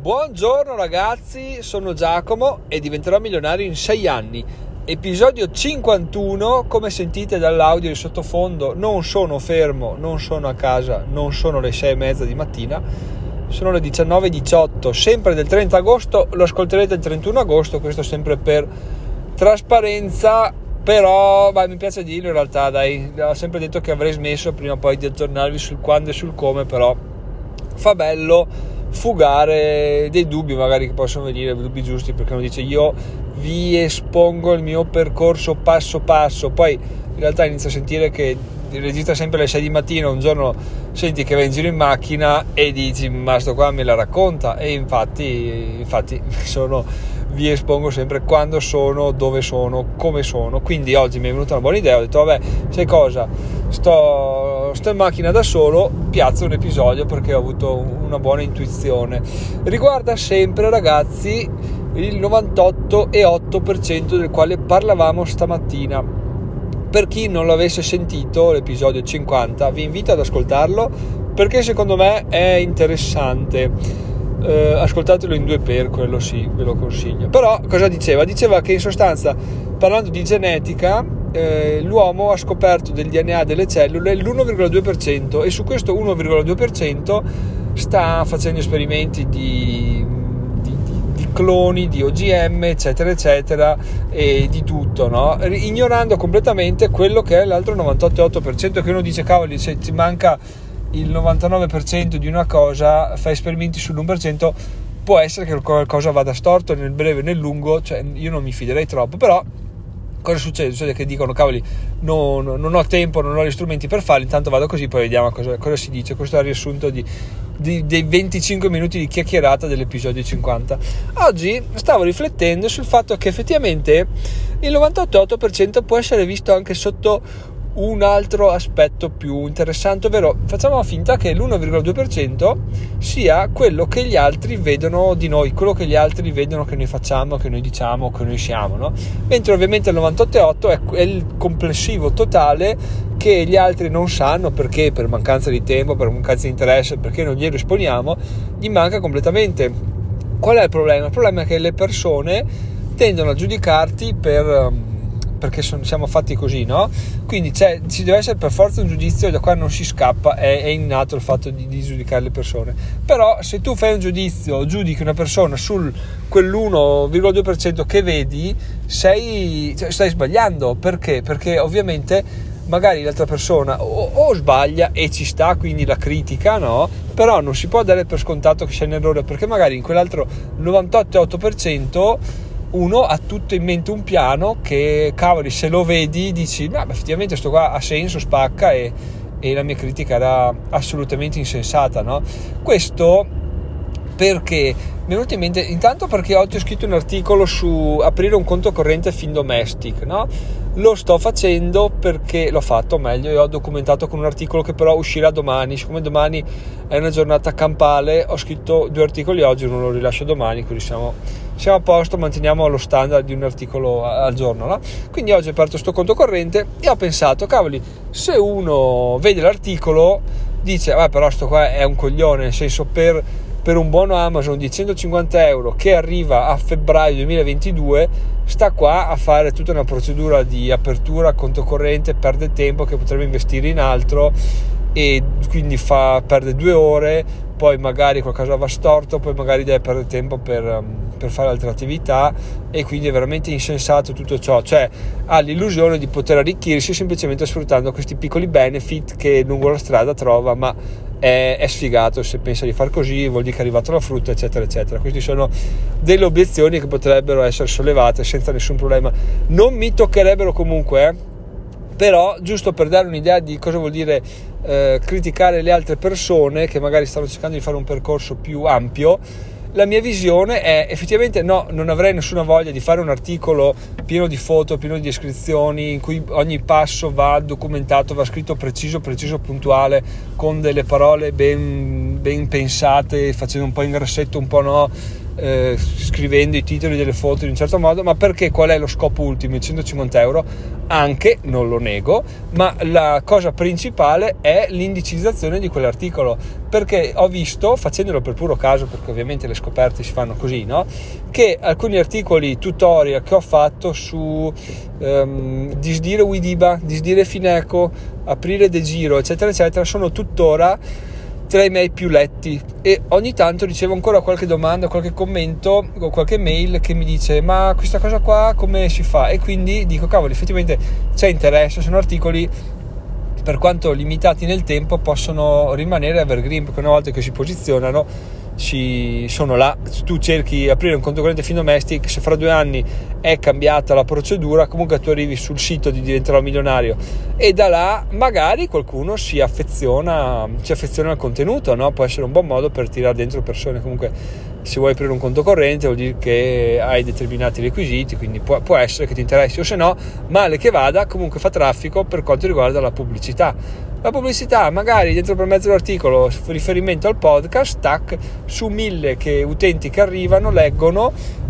Buongiorno ragazzi, sono Giacomo e diventerò milionario in 6 anni. Episodio 51, come sentite dall'audio di sottofondo, non sono fermo, non sono a casa, non sono le 6:30 di mattina, sono le 19:18, sempre del 30 agosto, lo ascolterete il 31 agosto, questo sempre per trasparenza, però mi piace dirlo in realtà, dai, ho sempre detto che avrei smesso prima o poi di aggiornarvi sul quando e sul come, però fa bello fugare dei dubbi magari che possono venire, dubbi giusti, perché uno dice io vi espongo il mio percorso passo passo, poi in realtà inizio a sentire che registra sempre alle 6 di mattina, un giorno senti che vai in giro in macchina e dici ma sto qua me la racconta, e infatti vi espongo sempre quando sono, dove sono, come sono. Quindi oggi mi è venuta una buona idea, ho detto vabbè, sai cosa, sto in macchina da solo, piazzo un episodio perché ho avuto una buona intuizione. Riguarda sempre ragazzi il 98,8% del quale parlavamo stamattina. Per chi non l'avesse sentito l'episodio 50, vi invito ad ascoltarlo perché secondo me è interessante. Ascoltatelo in 2x, quello sì, ve lo consiglio. Però cosa diceva? Diceva che in sostanza, parlando di genetica, l'uomo ha scoperto del DNA delle cellule l'1,2% e su questo 1,2% sta facendo esperimenti di cloni, di OGM, eccetera eccetera, e di tutto, no? Ignorando completamente quello che è l'altro 98,8%, che uno dice cavoli, se ti manca il 99% di una cosa, fai esperimenti sull'1%, può essere che qualcosa vada storto nel breve e nel lungo, cioè io non mi fiderei troppo. Però cosa succede? Succede che dicono cavoli, non ho tempo, non ho gli strumenti per farlo, intanto vado così, poi vediamo cosa si dice. Questo è il riassunto dei 25 minuti di chiacchierata dell'episodio 50. Oggi stavo riflettendo sul fatto che effettivamente il 98,8% può essere visto anche sotto un altro aspetto più interessante, ovvero facciamo finta che l'1,2% sia quello che gli altri vedono di noi, quello che gli altri vedono che noi facciamo, che noi diciamo, che noi siamo, no? Mentre ovviamente il 98,8% è il complessivo totale che gli altri non sanno, perché per mancanza di tempo, per mancanza di interesse, perché non glielo esponiamo, gli manca completamente. Qual è il problema? Il problema è che le persone tendono a giudicarti perché siamo fatti così, no? Quindi ci deve essere per forza un giudizio, da qua non si scappa, è innato il fatto di giudicare le persone. Però se tu fai un giudizio, giudichi una persona sul quell'1,2% che vedi, stai sbagliando. Perché? Perché ovviamente magari l'altra persona o sbaglia e ci sta, quindi la critica, no? Però non si può dare per scontato che sia un errore, perché magari in quell'altro 98,8% uno ha tutto in mente un piano che cavoli, se lo vedi dici ma effettivamente sto qua ha senso, spacca, e la mia critica era assolutamente insensata, no? Questo perché mi è venuto in mente, intanto perché oggi ho scritto un articolo su aprire un conto corrente Findomestic, no? Lo sto facendo perché l'ho fatto meglio e ho documentato con un articolo che però uscirà domani. Siccome domani è una giornata campale, ho scritto 2 articoli oggi, uno lo rilascio domani, quindi siamo a posto, manteniamo lo standard di un articolo al giorno, no? Quindi oggi ho aperto sto conto corrente e ho pensato, cavoli, se uno vede l'articolo dice però sto qua è un coglione, nel senso per un buono Amazon di 150 euro che arriva a febbraio 2022 sta qua a fare tutta una procedura di apertura conto corrente, perde tempo che potrebbe investire in altro e quindi perde 2 ore, poi magari qualcosa va storto, poi magari deve perdere tempo per fare altre attività, e quindi è veramente insensato tutto ciò. Cioè ha l'illusione di poter arricchirsi semplicemente sfruttando questi piccoli benefit che lungo la strada trova, ma è sfigato se pensa di far così, vuol dire che è arrivato la frutta, eccetera eccetera. Queste sono delle obiezioni che potrebbero essere sollevate senza nessun problema, non mi toccherebbero comunque, però giusto per dare un'idea di cosa vuol dire criticare le altre persone che magari stanno cercando di fare un percorso più ampio. La mia visione è effettivamente no, non avrei nessuna voglia di fare un articolo pieno di foto, pieno di descrizioni, in cui ogni passo va documentato, va scritto preciso, puntuale, con delle parole ben ben pensate, facendo un po' in grassetto, un po' no, scrivendo i titoli delle foto in un certo modo, ma perché qual è lo scopo ultimo? I 150 euro, anche, non lo nego, ma la cosa principale è l'indicizzazione di quell'articolo, perché ho visto, facendolo per puro caso, perché ovviamente le scoperte si fanno così, no? Che alcuni articoli tutorial che ho fatto su disdire Widiba, disdire Fineco, aprire De Giro, eccetera eccetera, sono tuttora tra i miei più letti, e ogni tanto ricevo ancora qualche domanda, qualche commento o qualche mail che mi dice ma questa cosa qua come si fa, e quindi dico cavolo, effettivamente c'è interesse, sono articoli per quanto limitati nel tempo possono rimanere evergreen, perché una volta che si posizionano sono là. Tu cerchi di aprire un conto corrente Findomestic, se fra 2 anni è cambiata la procedura, comunque tu arrivi sul sito di Diventerò Milionario e da là magari qualcuno si affeziona al contenuto, no? Può essere un buon modo per tirare dentro persone. Comunque se vuoi aprire un conto corrente vuol dire che hai determinati requisiti, quindi può essere che ti interessi, o se no, male che vada, comunque fa traffico per quanto riguarda la pubblicità. La pubblicità magari dentro per mezzo dell'articolo, riferimento al podcast, tac, su 1000 utenti che arrivano, leggono,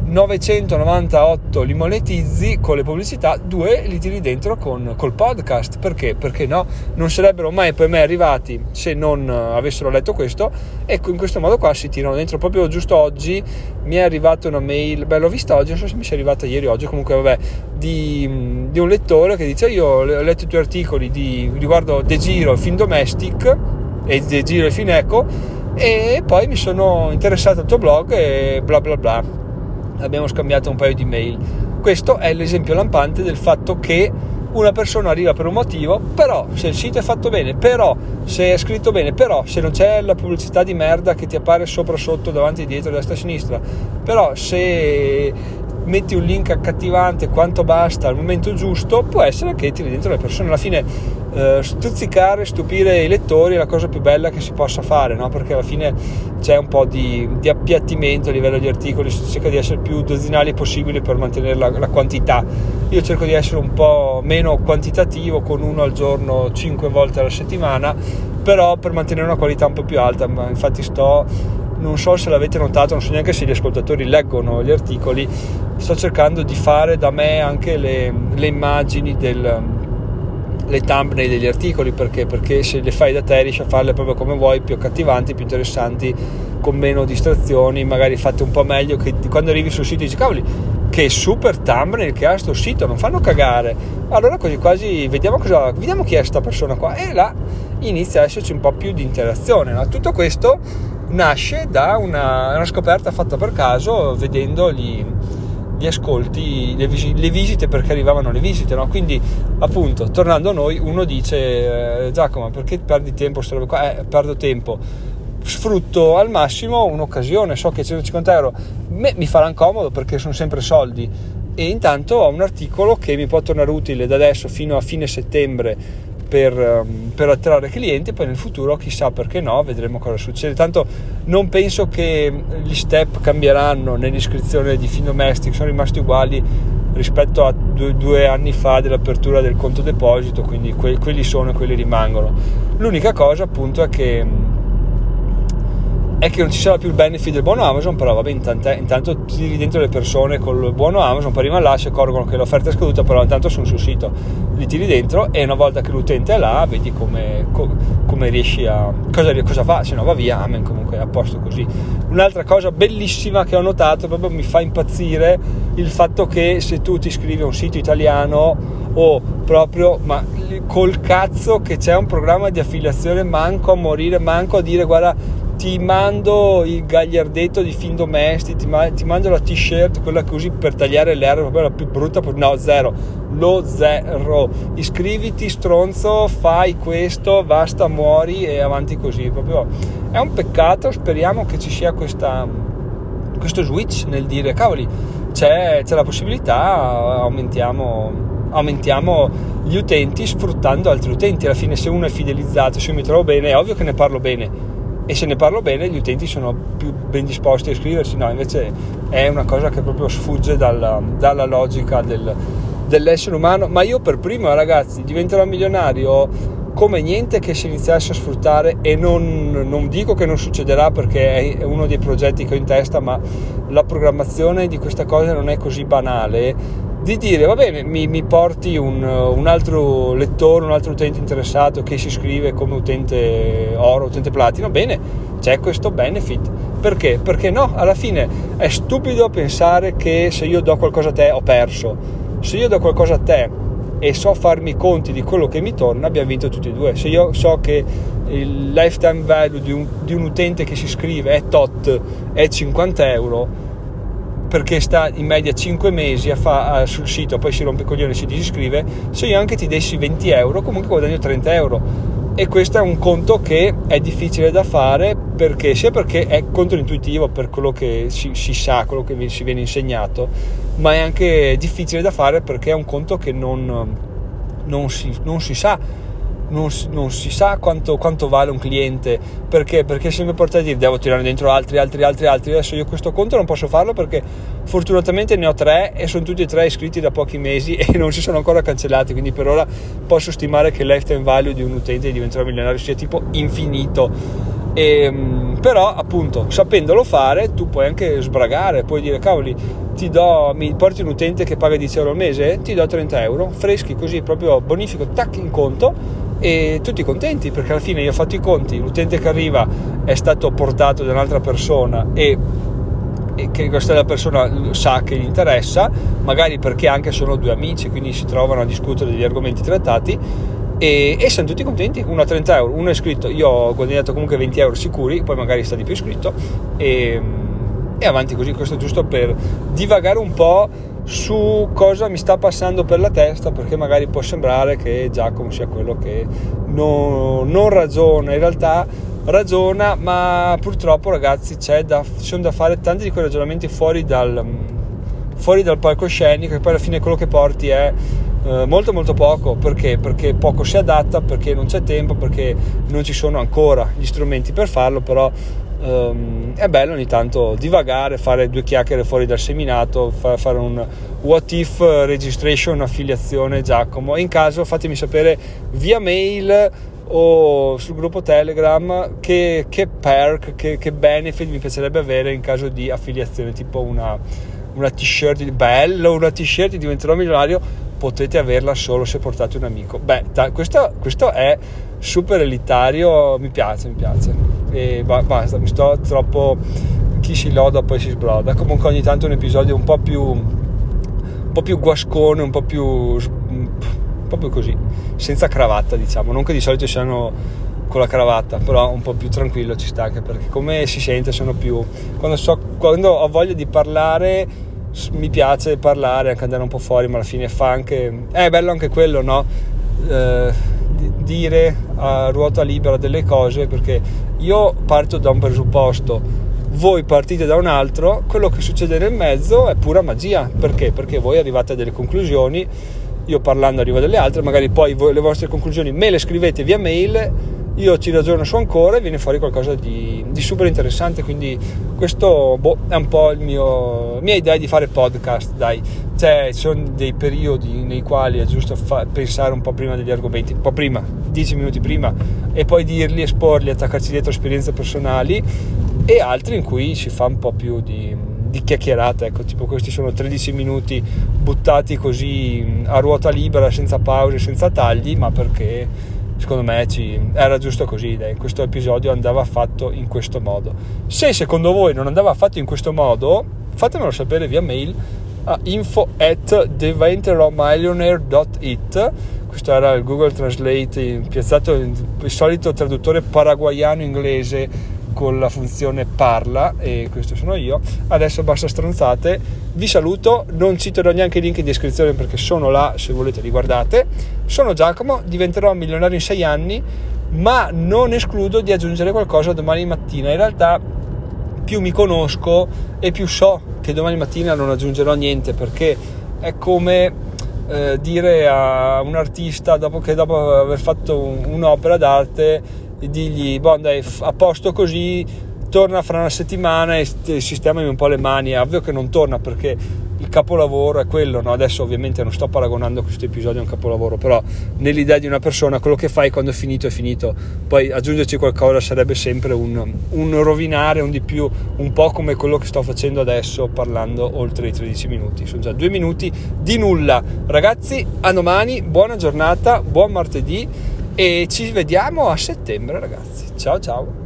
998 li monetizzi con le pubblicità, 2 li tiri dentro col podcast. Perché? Perché no? Non sarebbero mai per me arrivati se non avessero letto questo. Ecco, in questo modo qua si tirano dentro. Proprio giusto oggi mi è arrivata una mail, l'ho vista oggi, non so se mi sia arrivata ieri o oggi, comunque vabbè, di un lettore che dice: io ho letto i tuoi articoli riguardo De Giro, Findomestic e De Giro e Fineco, e poi mi sono interessato al tuo blog e bla bla bla. Abbiamo scambiato un paio di mail. Questo è l'esempio lampante del fatto che una persona arriva per un motivo, però se il sito è fatto bene, però se è scritto bene, però se non c'è la pubblicità di merda che ti appare sopra, sotto, davanti, dietro, destra e sinistra, però se metti un link accattivante quanto basta al momento giusto, può essere che tiri dentro le persone. Alla fine stuzzicare, stupire i lettori è la cosa più bella che si possa fare, no? Perché alla fine c'è un po' di appiattimento a livello di articoli, si cerca di essere più dozzinali possibile per mantenere la quantità. Io cerco di essere un po' meno quantitativo, con uno al giorno 5 volte alla settimana, però per mantenere una qualità un po' più alta. Ma infatti non so se l'avete notato, non so neanche se gli ascoltatori leggono gli articoli, sto cercando di fare da me anche le immagini le thumbnail degli articoli, perché se le fai da te riesci a farle proprio come vuoi, più accattivanti, più interessanti, con meno distrazioni, magari fatte un po' meglio, che quando arrivi sul sito dici cavoli, che super thumbnail che ha sto sito, non fanno cagare. Allora così quasi vediamo chi è sta persona qua, e là inizia a esserci un po' più di interazione, no? Tutto questo nasce da una scoperta fatta per caso, vedendo gli ascolti, le visite, perché arrivavano le visite, no? Quindi appunto, tornando a noi, uno dice Giacomo, perché perdi tempo questa roba qua? Perdo tempo, sfrutto al massimo un'occasione, so che 150 euro mi faranno comodo perché sono sempre soldi, e intanto ho un articolo che mi può tornare utile da adesso fino a fine settembre per attrarre clienti. Poi nel futuro chissà, perché no, vedremo cosa succede. Tanto non penso che gli step cambieranno nell'iscrizione di Findomestic, sono rimasti uguali rispetto a due anni fa dell'apertura del conto deposito, quindi quelli sono e quelli rimangono. L'unica cosa appunto è che non ci sarà più il benefit del buono Amazon, però vabbè, intanto tiri dentro le persone col buono Amazon, poi arrivano là, si accorgono che l'offerta è scaduta, però intanto sono sul sito, li tiri dentro, e una volta che l'utente è là vedi come riesci a cosa fa, se no va via, amen, comunque è a posto così. Un'altra cosa bellissima che ho notato, proprio mi fa impazzire, il fatto che se tu ti iscrivi a un sito italiano, o proprio, ma col cazzo che c'è un programma di affiliazione, manco a morire, manco a dire guarda ti mando il gagliardetto di Findomestic, ti mando la t-shirt, quella così per tagliare l'errore, proprio la più brutta, no, zero, iscriviti stronzo, fai questo, basta, muori e avanti così. Proprio è un peccato. Speriamo che ci sia questo switch nel dire cavoli, c'è la possibilità, aumentiamo gli utenti sfruttando altri utenti. Alla fine, se uno è fidelizzato, se io mi trovo bene, è ovvio che ne parlo bene, e se ne parlo bene gli utenti sono più ben disposti a iscriversi. No, invece è una cosa che proprio sfugge dalla logica dell'essere umano. Ma io per primo, ragazzi, diventerò milionario come niente che si iniziasse a sfruttare, e non dico che non succederà perché è uno dei progetti che ho in testa, ma la programmazione di questa cosa non è così banale, di dire va bene, mi porti un altro lettore, un altro utente interessato che si iscrive come utente oro, utente platino, bene, c'è questo benefit. Perché? Perché no, alla fine è stupido pensare che se io do qualcosa a te ho perso. Se io do qualcosa a te e so farmi i conti di quello che mi torna, abbiamo vinto tutti e due. Se io so che il lifetime value di un utente che si iscrive è tot, è 50 euro, perché sta in media 5 mesi sul sito, poi si rompe i coglioni e si disiscrive, se io anche ti dessi 20 euro comunque guadagno 30 euro. E questo è un conto che è difficile da fare, perché sia perché è controintuitivo per quello che si sa, quello che si viene insegnato, ma è anche difficile da fare perché è un conto che non si sa quanto vale un cliente. Perché se mi porta a dire devo tirare dentro altri, adesso io questo conto non posso farlo perché fortunatamente ne ho 3 e sono tutti e 3 iscritti da pochi mesi e non si sono ancora cancellati, quindi per ora posso stimare che il lifetime value di un utente diventerà milionario sia tipo infinito. Però appunto, sapendolo fare, tu puoi anche sbragare, puoi dire cavoli, mi porti un utente che paga 10 euro al mese, ti do 30 euro freschi, così proprio bonifico, tac, in conto, e tutti contenti, perché alla fine io ho fatto i conti, l'utente che arriva è stato portato da un'altra persona e che questa persona sa che gli interessa, magari perché anche sono due amici, quindi si trovano a discutere degli argomenti trattati, e siamo tutti contenti. Uno a 30 euro, uno è iscritto, io ho guadagnato comunque 20 euro sicuri, poi magari sta di più iscritto, e avanti così. Questo è giusto per divagare un po' su cosa mi sta passando per la testa, perché magari può sembrare che Giacomo sia quello che non ragiona. In realtà ragiona, ma purtroppo ragazzi ci sono da fare tanti di quei ragionamenti fuori dal palcoscenico, e poi alla fine quello che porti è molto molto poco. Perché poco si adatta, perché non c'è tempo, perché non ci sono ancora gli strumenti per farlo. Però è bello ogni tanto divagare, fare due chiacchiere fuori dal seminato, fare un what if registration, affiliazione Giacomo, e in caso fatemi sapere via mail o sul gruppo Telegram che perk, che benefit mi piacerebbe avere in caso di affiliazione, tipo una t-shirt bello, una t-shirt diventerò milionario, potete averla solo se portate un amico. Questo è super elitario, mi piace e basta, mi sto troppo, chi si loda poi si sbroda. Comunque ogni tanto un episodio un po' più guascone, un po' più così, senza cravatta, diciamo, non che di solito siano con la cravatta, però un po' più tranquillo ci sta, anche perché come si sente sono più, quando ho voglia di parlare mi piace parlare, anche andare un po' fuori, ma alla fine è bello anche quello, no? Dire a ruota libera delle cose, perché io parto da un presupposto, voi partite da un altro, quello che succede nel mezzo è pura magia. Perché voi arrivate a delle conclusioni, io parlando arrivo a delle altre, magari poi voi le vostre conclusioni me le scrivete via mail, io ci ragiono su ancora e viene fuori qualcosa di super interessante. Quindi questo è un po' mia idea di fare podcast, dai. Ci sono dei periodi nei quali è giusto pensare un po' prima degli argomenti, un po' prima, 10 minuti prima, e poi dirli, esporli, attaccarci dietro esperienze personali, e altri in cui si fa un po' più di chiacchierata, ecco, tipo questi sono 13 minuti buttati così a ruota libera, senza pause, senza tagli, ma perché secondo me era giusto così, dai. Questo episodio andava fatto in questo modo. Se secondo voi non andava fatto in questo modo, fatemelo sapere via mail a info@diventeromillionaire.it. Questo era il Google Translate piazzato, il solito traduttore paraguaiano inglese con la funzione parla, e questo sono io. Adesso basta stronzate, vi saluto, non citerò neanche i link in descrizione perché sono là, se volete li guardate. Sono Giacomo, diventerò milionario in 6 anni, ma non escludo di aggiungere qualcosa domani mattina. In realtà più mi conosco e più so che domani mattina non aggiungerò niente, perché è come dire a un artista dopo aver fatto un'opera d'arte, e digli dai, a posto così, torna fra una settimana e sistemami un po' le mani. È ovvio che non torna, perché il capolavoro è quello, no? Adesso ovviamente non sto paragonando questo episodio a un capolavoro, però nell'idea di una persona quello che fai quando è finito, poi aggiungerci qualcosa sarebbe sempre un rovinare un di più, un po' come quello che sto facendo adesso parlando oltre i 13 minuti, sono già 2 minuti di nulla. Ragazzi, a domani, buona giornata, buon martedì e ci vediamo a settembre, ragazzi. Ciao ciao.